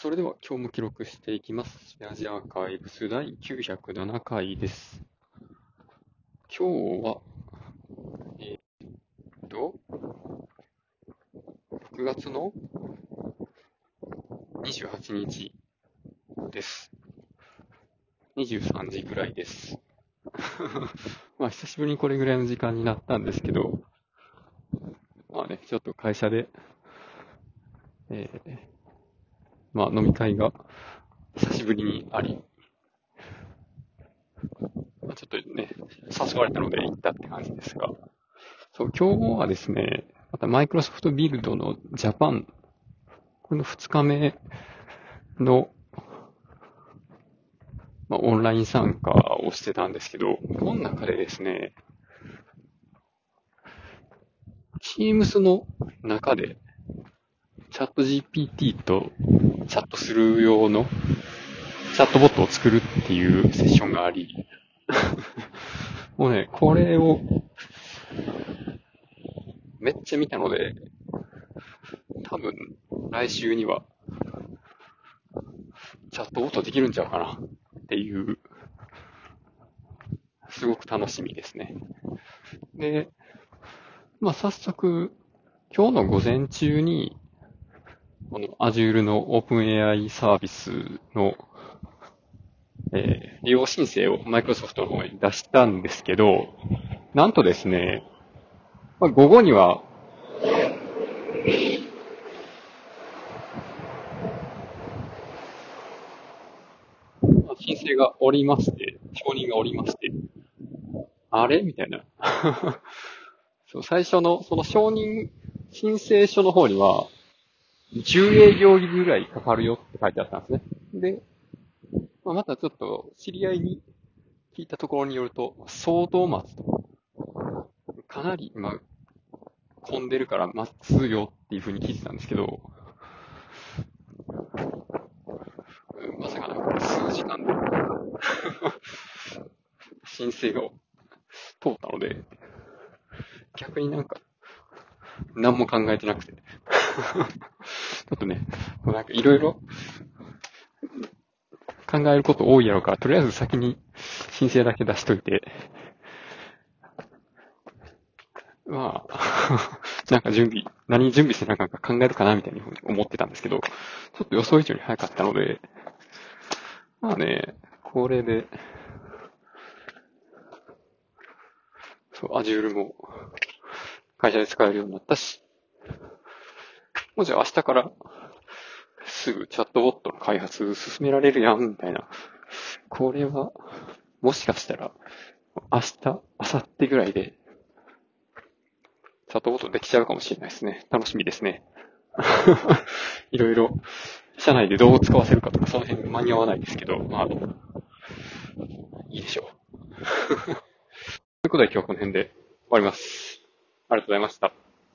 それでは今日も記録していきます。ラジアーカイブス第907回です。今日は、え6月の28日です。23時ぐらいです。まあ久しぶりにこれぐらいの時間になったんですけど、まあね、ちょっと会社で、まあ飲み会が久しぶりにあり、まあ、ちょっとね、誘われたので行ったって感じですが、そう、今日はですね、またマイクロソフトビルドのジャパン、これの2日目の、オンライン参加をしてたんですけど、この中でですね、Teams の中でチャット GPT とチャットする用のチャットボットを作るっていうセッションがあり、もうね、これをめっちゃ見たので、多分来週にはチャットボットできるんちゃうかなっていう、すごく楽しみですね。で、早速、今日の午前中に、この Azure の OpenAI サービスの、利用申請を Microsoft の方に出したんですけど、なんとですね、午後には、申請がおりまして、承認がおりまして、あれみたいな。そう、最初の、その承認申請書の方には、10営業日ぐらいかかるよって書いてあったんですね。で、またちょっと知り合いに聞いたところによると、相当待つと。かなり、混んでるから待つよっていう風に聞いてたんですけど、まさか数時間で申請が通ったので、逆に何も考えてなくて。ちょっとね、いろいろ考えること多いやろうから、とりあえず先に申請だけ出しといて、何準備してなかったか考えるかなみたいに思ってたんですけど、ちょっと予想以上に早かったので、これで、そう、Azure も会社で使えるようになったし、もうじゃあ明日からすぐチャットボットの開発進められるやん、みたいな。これは、もしかしたら、明日、明後日ぐらいで、チャットボットできちゃうかもしれないですね。楽しみですね。いろいろ、社内でどう使わせるかとか、その辺間に合わないですけど、いいでしょう。ということで今日はこの辺で終わります。ありがとうございました。